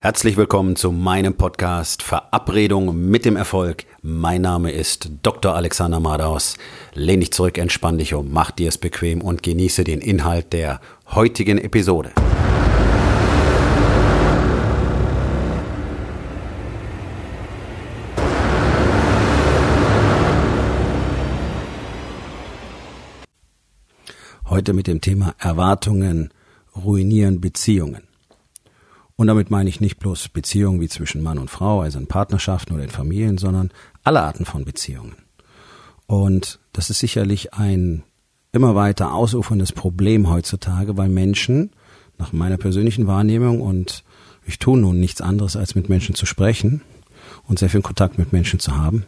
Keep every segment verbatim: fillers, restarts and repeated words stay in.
Herzlich willkommen zu meinem Podcast Verabredung mit dem Erfolg. Mein Name ist Doktor Alexander Madaus. Lehn dich zurück, entspann dich um, mach dir es bequem und genieße den Inhalt der heutigen Episode. Heute mit dem Thema Erwartungen ruinieren Beziehungen. Und damit meine ich nicht bloß Beziehungen wie zwischen Mann und Frau, also in Partnerschaften oder in Familien, sondern alle Arten von Beziehungen. Und das ist sicherlich ein immer weiter ausuferndes Problem heutzutage, weil Menschen, nach meiner persönlichen Wahrnehmung, und ich tue nun nichts anderes, als mit Menschen zu sprechen und sehr viel Kontakt mit Menschen zu haben,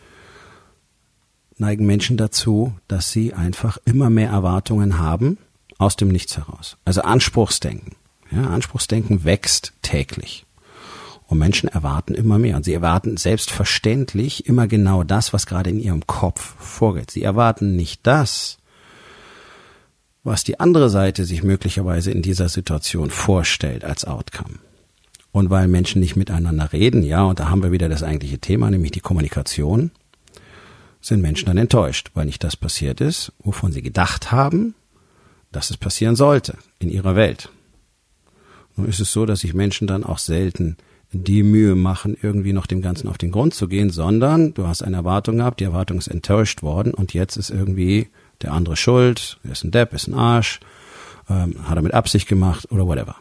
neigen Menschen dazu, dass sie einfach immer mehr Erwartungen haben aus dem Nichts heraus. Also Anspruchsdenken. Ja, Anspruchsdenken wächst täglich. Und Menschen erwarten immer mehr. Und sie erwarten selbstverständlich immer genau das, was gerade in ihrem Kopf vorgeht. Sie erwarten nicht das, was die andere Seite sich möglicherweise in dieser Situation vorstellt als Outcome. Und weil Menschen nicht miteinander reden, ja, und da haben wir wieder das eigentliche Thema, nämlich die Kommunikation, sind Menschen dann enttäuscht, weil nicht das passiert ist, wovon sie gedacht haben, dass es passieren sollte in ihrer Welt. Nun ist es so, dass sich Menschen dann auch selten die Mühe machen, irgendwie noch dem Ganzen auf den Grund zu gehen, sondern du hast eine Erwartung gehabt, die Erwartung ist enttäuscht worden und jetzt ist irgendwie der andere schuld, er ist ein Depp, ist ein Arsch, ähm, hat er mit Absicht gemacht oder whatever.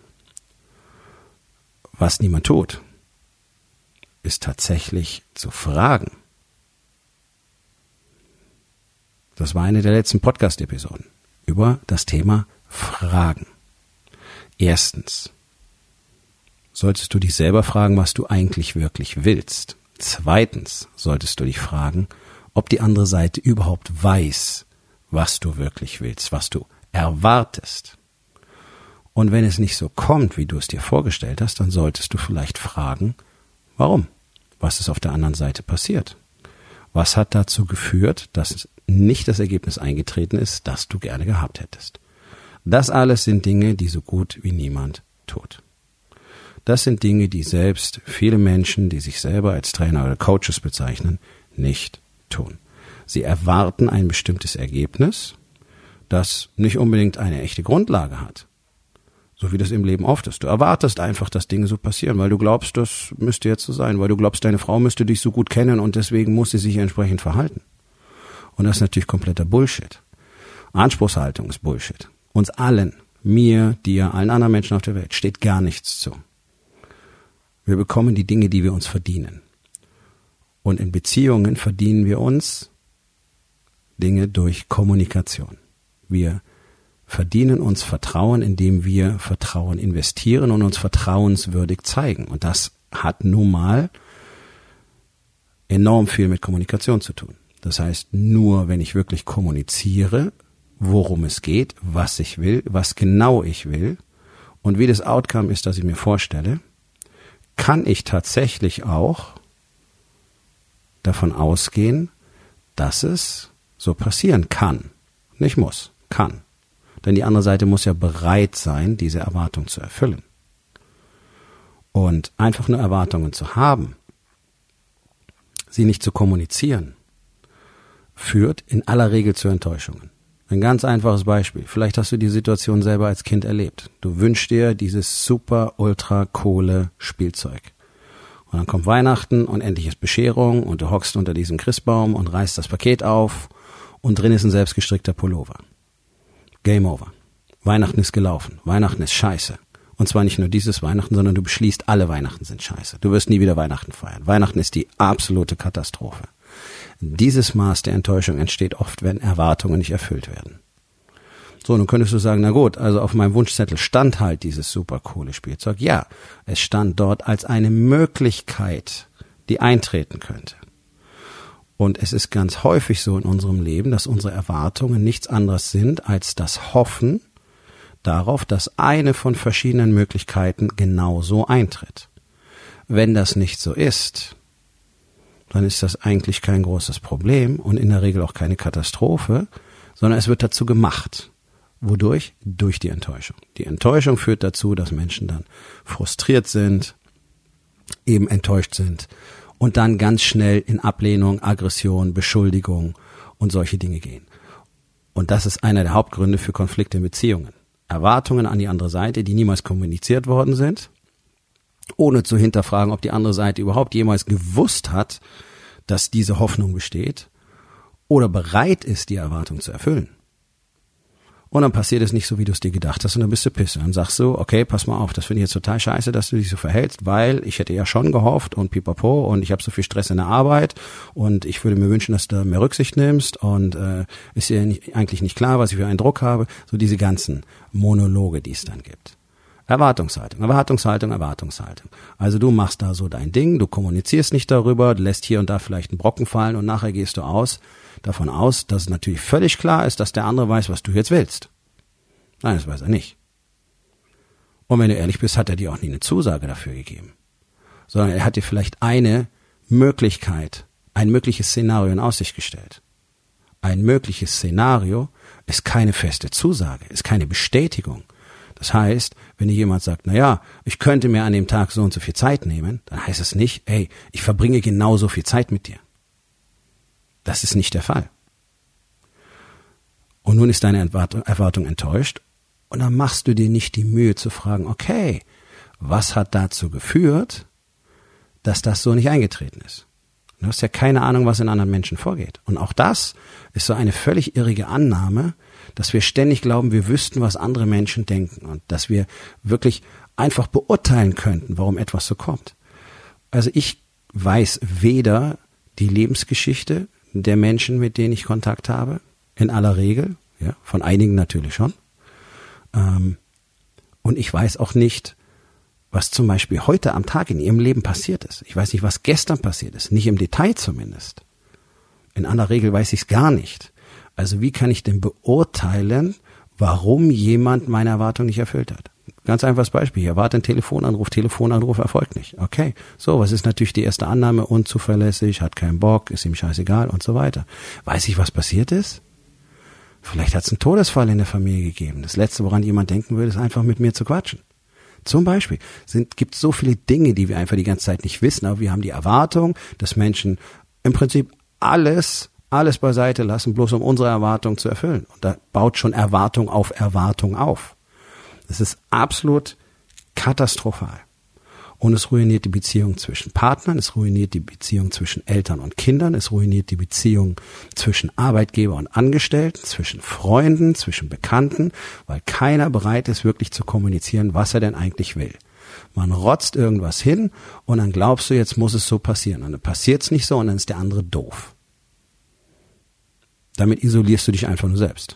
Was niemand tut, ist tatsächlich zu fragen. Das war eine der letzten Podcast-Episoden über das Thema Fragen. Erstens, solltest du dich selber fragen, was du eigentlich wirklich willst. Zweitens solltest du dich fragen, ob die andere Seite überhaupt weiß, was du wirklich willst, was du erwartest. Und wenn es nicht so kommt, wie du es dir vorgestellt hast, dann solltest du vielleicht fragen, warum? Was ist auf der anderen Seite passiert? Was hat dazu geführt, dass nicht das Ergebnis eingetreten ist, das du gerne gehabt hättest? Das alles sind Dinge, die so gut wie niemand tut. Das sind Dinge, die selbst viele Menschen, die sich selber als Trainer oder Coaches bezeichnen, nicht tun. Sie erwarten ein bestimmtes Ergebnis, das nicht unbedingt eine echte Grundlage hat. So wie das im Leben oft ist. Du erwartest einfach, dass Dinge so passieren, weil du glaubst, das müsste jetzt so sein, weil du glaubst, deine Frau müsste dich so gut kennen und deswegen muss sie sich entsprechend verhalten. Und das ist natürlich kompletter Bullshit. Anspruchshaltung ist Bullshit. Uns allen, mir, dir, allen anderen Menschen auf der Welt, steht gar nichts zu. Wir bekommen die Dinge, die wir uns verdienen. Und in Beziehungen verdienen wir uns Dinge durch Kommunikation. Wir verdienen uns Vertrauen, indem wir Vertrauen investieren und uns vertrauenswürdig zeigen. Und das hat nun mal enorm viel mit Kommunikation zu tun. Das heißt, nur wenn ich wirklich kommuniziere, worum es geht, was ich will, was genau ich will und wie das Outcome ist, das ich mir vorstelle, kann ich tatsächlich auch davon ausgehen, dass es so passieren kann. Nicht muss, kann. Denn die andere Seite muss ja bereit sein, diese Erwartung zu erfüllen. Und einfach nur Erwartungen zu haben, sie nicht zu kommunizieren, führt in aller Regel zu Enttäuschungen. Ein ganz einfaches Beispiel. Vielleicht hast du die Situation selber als Kind erlebt. Du wünschst dir dieses super, ultra coole Spielzeug. Und dann kommt Weihnachten und endlich ist Bescherung und du hockst unter diesem Christbaum und reißt das Paket auf und drin ist ein selbstgestrickter Pullover. Game over. Weihnachten ist gelaufen. Weihnachten ist scheiße. Und zwar nicht nur dieses Weihnachten, sondern du beschließt, alle Weihnachten sind scheiße. Du wirst nie wieder Weihnachten feiern. Weihnachten ist die absolute Katastrophe. Dieses Maß der Enttäuschung entsteht oft, wenn Erwartungen nicht erfüllt werden. So, nun könntest du sagen, na gut, also auf meinem Wunschzettel stand halt dieses super coole Spielzeug. Ja, es stand dort als eine Möglichkeit, die eintreten könnte. Und es ist ganz häufig so in unserem Leben, dass unsere Erwartungen nichts anderes sind als das Hoffen darauf, dass eine von verschiedenen Möglichkeiten genauso eintritt. Wenn das nicht so ist, dann ist das eigentlich kein großes Problem und in der Regel auch keine Katastrophe, sondern es wird dazu gemacht. Wodurch? Durch die Enttäuschung. Die Enttäuschung führt dazu, dass Menschen dann frustriert sind, eben enttäuscht sind und dann ganz schnell in Ablehnung, Aggression, Beschuldigung und solche Dinge gehen. Und das ist einer der Hauptgründe für Konflikte in Beziehungen. Erwartungen an die andere Seite, die niemals kommuniziert worden sind, ohne zu hinterfragen, ob die andere Seite überhaupt jemals gewusst hat, dass diese Hoffnung besteht oder bereit ist, die Erwartung zu erfüllen. Und dann passiert es nicht so, wie du es dir gedacht hast und dann bist du pisse. Dann sagst du, okay, pass mal auf, das finde ich jetzt total scheiße, dass du dich so verhältst, weil ich hätte ja schon gehofft und pipapo und ich habe so viel Stress in der Arbeit und ich würde mir wünschen, dass du mehr Rücksicht nimmst und äh, ist dir nicht, eigentlich nicht klar, was ich für einen Druck habe. So diese ganzen Monologe, die es dann gibt. Erwartungshaltung, Erwartungshaltung, Erwartungshaltung. Also du machst da so dein Ding, du kommunizierst nicht darüber, du lässt hier und da vielleicht einen Brocken fallen und nachher gehst du aus, davon aus, dass es natürlich völlig klar ist, dass der andere weiß, was du jetzt willst. Nein, das weiß er nicht. Und wenn du ehrlich bist, hat er dir auch nie eine Zusage dafür gegeben. Sondern er hat dir vielleicht eine Möglichkeit, ein mögliches Szenario in Aussicht gestellt. Ein mögliches Szenario ist keine feste Zusage, ist keine Bestätigung. Das heißt, wenn dir jemand sagt, na ja, ich könnte mir an dem Tag so und so viel Zeit nehmen, dann heißt es nicht, ey, ich verbringe genauso viel Zeit mit dir. Das ist nicht der Fall. Und nun ist deine Erwartung, Erwartung enttäuscht und dann machst du dir nicht die Mühe zu fragen, okay, was hat dazu geführt, dass das so nicht eingetreten ist? Du hast ja keine Ahnung, was in anderen Menschen vorgeht. Und auch das ist so eine völlig irrige Annahme, dass wir ständig glauben, wir wüssten, was andere Menschen denken und dass wir wirklich einfach beurteilen könnten, warum etwas so kommt. Also ich weiß weder die Lebensgeschichte der Menschen, mit denen ich Kontakt habe, in aller Regel, ja, von einigen natürlich schon. Ähm, und ich weiß auch nicht, was zum Beispiel heute am Tag in ihrem Leben passiert ist. Ich weiß nicht, was gestern passiert ist, nicht im Detail zumindest. In aller Regel weiß ich es gar nicht. Also wie kann ich denn beurteilen, warum jemand meine Erwartung nicht erfüllt hat? Ganz einfaches Beispiel. Ich erwarte einen Telefonanruf, Telefonanruf erfolgt nicht. Okay, so, was ist natürlich die erste Annahme? Unzuverlässig, hat keinen Bock, ist ihm scheißegal und so weiter. Weiß ich, was passiert ist? Vielleicht hat es einen Todesfall in der Familie gegeben. Das Letzte, woran jemand denken würde, ist einfach mit mir zu quatschen. Zum Beispiel gibt es so viele Dinge, die wir einfach die ganze Zeit nicht wissen, aber wir haben die Erwartung, dass Menschen im Prinzip alles, alles beiseite lassen, bloß um unsere Erwartung zu erfüllen. Und da baut schon Erwartung auf Erwartung auf. Das ist absolut katastrophal. Und es ruiniert die Beziehung zwischen Partnern, es ruiniert die Beziehung zwischen Eltern und Kindern, es ruiniert die Beziehung zwischen Arbeitgeber und Angestellten, zwischen Freunden, zwischen Bekannten, weil keiner bereit ist, wirklich zu kommunizieren, was er denn eigentlich will. Man rotzt irgendwas hin und dann glaubst du, jetzt muss es so passieren. Und dann passiert es nicht so und dann ist der andere doof. Damit isolierst du dich einfach nur selbst.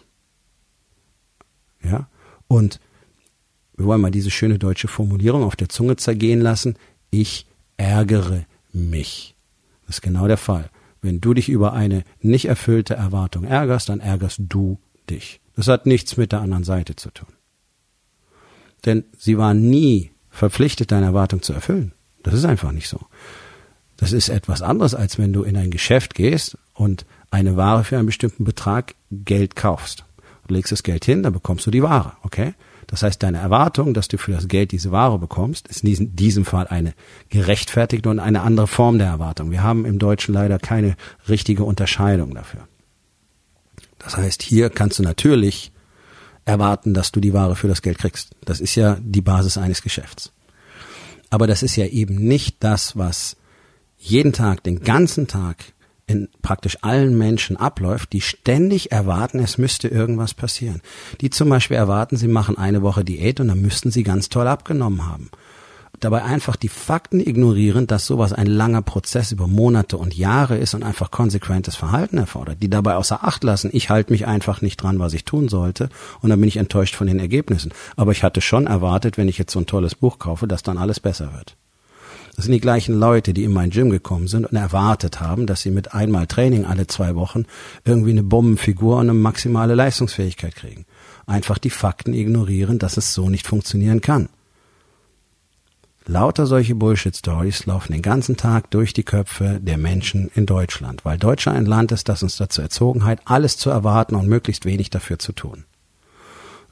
Ja? Und wir wollen mal diese schöne deutsche Formulierung auf der Zunge zergehen lassen. Ich ärgere mich. Das ist genau der Fall. Wenn du dich über eine nicht erfüllte Erwartung ärgerst, dann ärgerst du dich. Das hat nichts mit der anderen Seite zu tun. Denn sie war nie verpflichtet, deine Erwartung zu erfüllen. Das ist einfach nicht so. Das ist etwas anderes, als wenn du in ein Geschäft gehst und eine Ware für einen bestimmten Betrag Geld kaufst. Du legst das Geld hin, dann bekommst du die Ware, okay? Das heißt, deine Erwartung, dass du für das Geld diese Ware bekommst, ist in diesem Fall eine gerechtfertigte und eine andere Form der Erwartung. Wir haben im Deutschen leider keine richtige Unterscheidung dafür. Das heißt, hier kannst du natürlich erwarten, dass du die Ware für das Geld kriegst. Das ist ja die Basis eines Geschäfts. Aber das ist ja eben nicht das, was jeden Tag, den ganzen Tag in praktisch allen Menschen abläuft, die ständig erwarten, es müsste irgendwas passieren. Die zum Beispiel erwarten, sie machen eine Woche Diät und dann müssten sie ganz toll abgenommen haben. Dabei einfach die Fakten ignorieren, dass sowas ein langer Prozess über Monate und Jahre ist und einfach konsequentes Verhalten erfordert. Die dabei außer Acht lassen, ich halte mich einfach nicht dran, was ich tun sollte und dann bin ich enttäuscht von den Ergebnissen. Aber ich hatte schon erwartet, wenn ich jetzt so ein tolles Buch kaufe, dass dann alles besser wird. Das sind die gleichen Leute, die in mein Gym gekommen sind und erwartet haben, dass sie mit einmal Training alle zwei Wochen irgendwie eine Bombenfigur und eine maximale Leistungsfähigkeit kriegen. Einfach die Fakten ignorieren, dass es so nicht funktionieren kann. Lauter solche Bullshit-Stories laufen den ganzen Tag durch die Köpfe der Menschen in Deutschland, weil Deutschland ein Land ist, das uns dazu erzogen hat, alles zu erwarten und möglichst wenig dafür zu tun.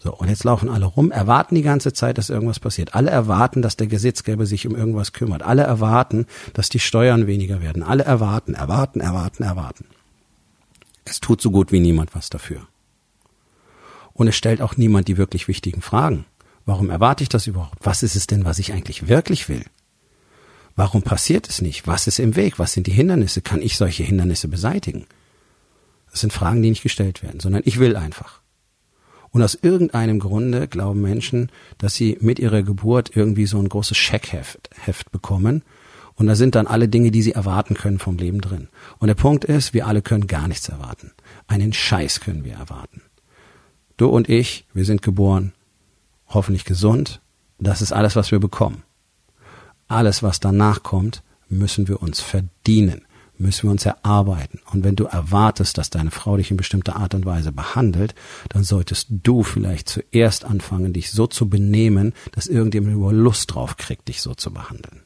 So, und jetzt laufen alle rum, erwarten die ganze Zeit, dass irgendwas passiert. Alle erwarten, dass der Gesetzgeber sich um irgendwas kümmert. Alle erwarten, dass die Steuern weniger werden. Alle erwarten, erwarten, erwarten, erwarten. Es tut so gut wie niemand was dafür. Und es stellt auch niemand die wirklich wichtigen Fragen. Warum erwarte ich das überhaupt? Was ist es denn, was ich eigentlich wirklich will? Warum passiert es nicht? Was ist im Weg? Was sind die Hindernisse? Kann ich solche Hindernisse beseitigen? Das sind Fragen, die nicht gestellt werden, sondern ich will einfach. Und aus irgendeinem Grunde glauben Menschen, dass sie mit ihrer Geburt irgendwie so ein großes Scheckheft Heft bekommen. Und da sind dann alle Dinge, die sie erwarten können vom Leben drin. Und der Punkt ist, wir alle können gar nichts erwarten. Einen Scheiß können wir erwarten. Du und ich, wir sind geboren, hoffentlich gesund. Das ist alles, was wir bekommen. Alles, was danach kommt, müssen wir uns verdienen. Müssen wir uns erarbeiten. Und wenn du erwartest, dass deine Frau dich in bestimmter Art und Weise behandelt, dann solltest du vielleicht zuerst anfangen, dich so zu benehmen, dass irgendjemand über Lust drauf kriegt, dich so zu behandeln.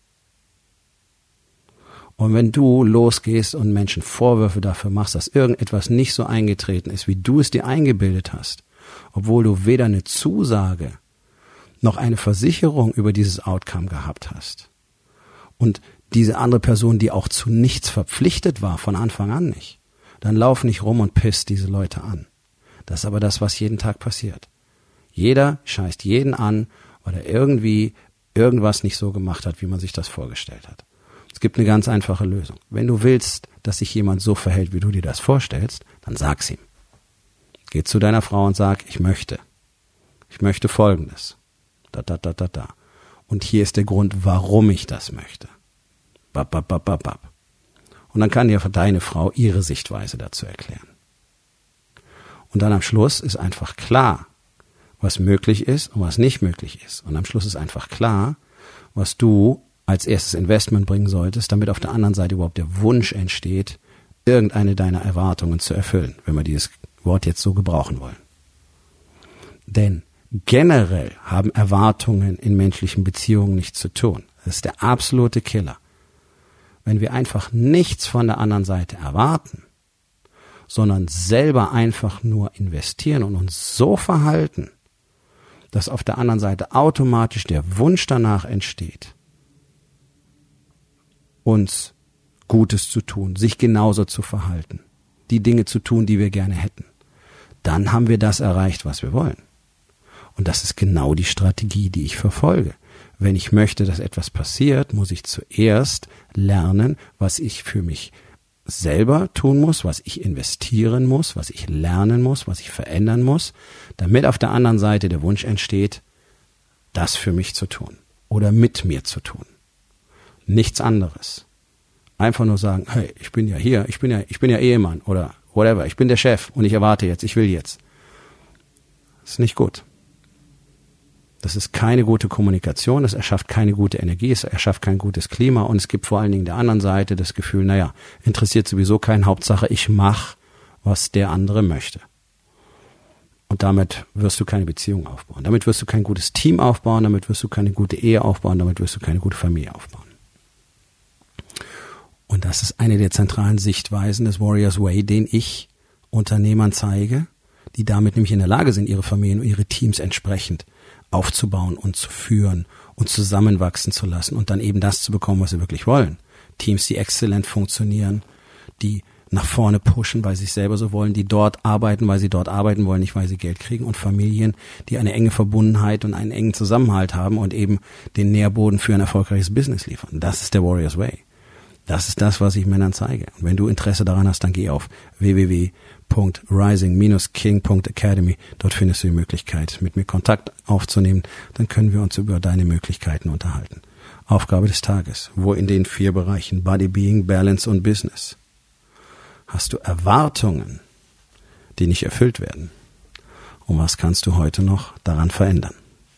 Und wenn du losgehst und Menschen Vorwürfe dafür machst, dass irgendetwas nicht so eingetreten ist, wie du es dir eingebildet hast, obwohl du weder eine Zusage noch eine Versicherung über dieses Outcome gehabt hast und diese andere Person, die auch zu nichts verpflichtet war, von Anfang an nicht, dann lauf nicht rum und piss diese Leute an. Das ist aber das, was jeden Tag passiert. Jeder scheißt jeden an, weil er irgendwie irgendwas nicht so gemacht hat, wie man sich das vorgestellt hat. Es gibt eine ganz einfache Lösung. Wenn du willst, dass sich jemand so verhält, wie du dir das vorstellst, dann sag's ihm. Geh zu deiner Frau und sag, ich möchte. Ich möchte Folgendes. Da, da, da, da, da. Und hier ist der Grund, warum ich das möchte. Bap, bap, bap, bap, bap. Und dann kann dir deine Frau ihre Sichtweise dazu erklären. Und dann am Schluss ist einfach klar, was möglich ist und was nicht möglich ist. Und am Schluss ist einfach klar, was du als erstes Investment bringen solltest, damit auf der anderen Seite überhaupt der Wunsch entsteht, irgendeine deiner Erwartungen zu erfüllen, wenn wir dieses Wort jetzt so gebrauchen wollen. Denn generell haben Erwartungen in menschlichen Beziehungen nichts zu tun. Das ist der absolute Killer. Wenn wir einfach nichts von der anderen Seite erwarten, sondern selber einfach nur investieren und uns so verhalten, dass auf der anderen Seite automatisch der Wunsch danach entsteht, uns Gutes zu tun, sich genauso zu verhalten, die Dinge zu tun, die wir gerne hätten, dann haben wir das erreicht, was wir wollen. Und das ist genau die Strategie, die ich verfolge. Wenn ich möchte, dass etwas passiert, muss ich zuerst lernen, was ich für mich selber tun muss, was ich investieren muss, was ich lernen muss, was ich verändern muss, damit auf der anderen Seite der Wunsch entsteht, das für mich zu tun oder mit mir zu tun. Nichts anderes. Einfach nur sagen, hey, ich bin ja hier, ich bin ja, ich bin ja Ehemann oder whatever, ich bin der Chef und ich erwarte jetzt, ich will jetzt. Das ist nicht gut. Das ist keine gute Kommunikation, das erschafft keine gute Energie, es erschafft kein gutes Klima und es gibt vor allen Dingen der anderen Seite das Gefühl, naja, interessiert sowieso keinen, Hauptsache ich mache, was der andere möchte. Und damit wirst du keine Beziehung aufbauen. Damit wirst du kein gutes Team aufbauen, damit wirst du keine gute Ehe aufbauen, damit wirst du keine gute Familie aufbauen. Und das ist eine der zentralen Sichtweisen des Warriors Way, den ich Unternehmern zeige, die damit nämlich in der Lage sind, ihre Familien und ihre Teams entsprechend aufzubauen und zu führen und zusammenwachsen zu lassen und dann eben das zu bekommen, was sie wirklich wollen. Teams, die exzellent funktionieren, die nach vorne pushen, weil sie sich selber so wollen, die dort arbeiten, weil sie dort arbeiten wollen, nicht weil sie Geld kriegen, und Familien, die eine enge Verbundenheit und einen engen Zusammenhalt haben und eben den Nährboden für ein erfolgreiches Business liefern. Das ist der Warriors Way. Das ist das, was ich Männern zeige. Und wenn du Interesse daran hast, dann geh auf w w w punkt rising dash king punkt academy. Dort findest du die Möglichkeit, mit mir Kontakt aufzunehmen. Dann können wir uns über deine Möglichkeiten unterhalten. Aufgabe des Tages. Wo in den vier Bereichen Body, Being, Balance und Business hast du Erwartungen, die nicht erfüllt werden? Und was kannst du heute noch daran verändern?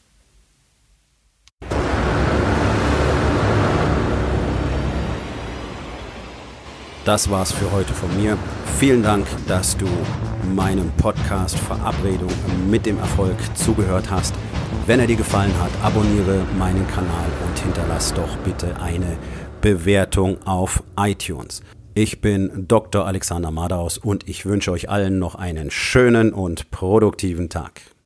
Das war's für heute von mir. Vielen Dank, dass du meinem Podcast Verabredung mit dem Erfolg zugehört hast. Wenn er dir gefallen hat, abonniere meinen Kanal und hinterlass doch bitte eine Bewertung auf iTunes. Ich bin Doktor Alexander Madaus und ich wünsche euch allen noch einen schönen und produktiven Tag.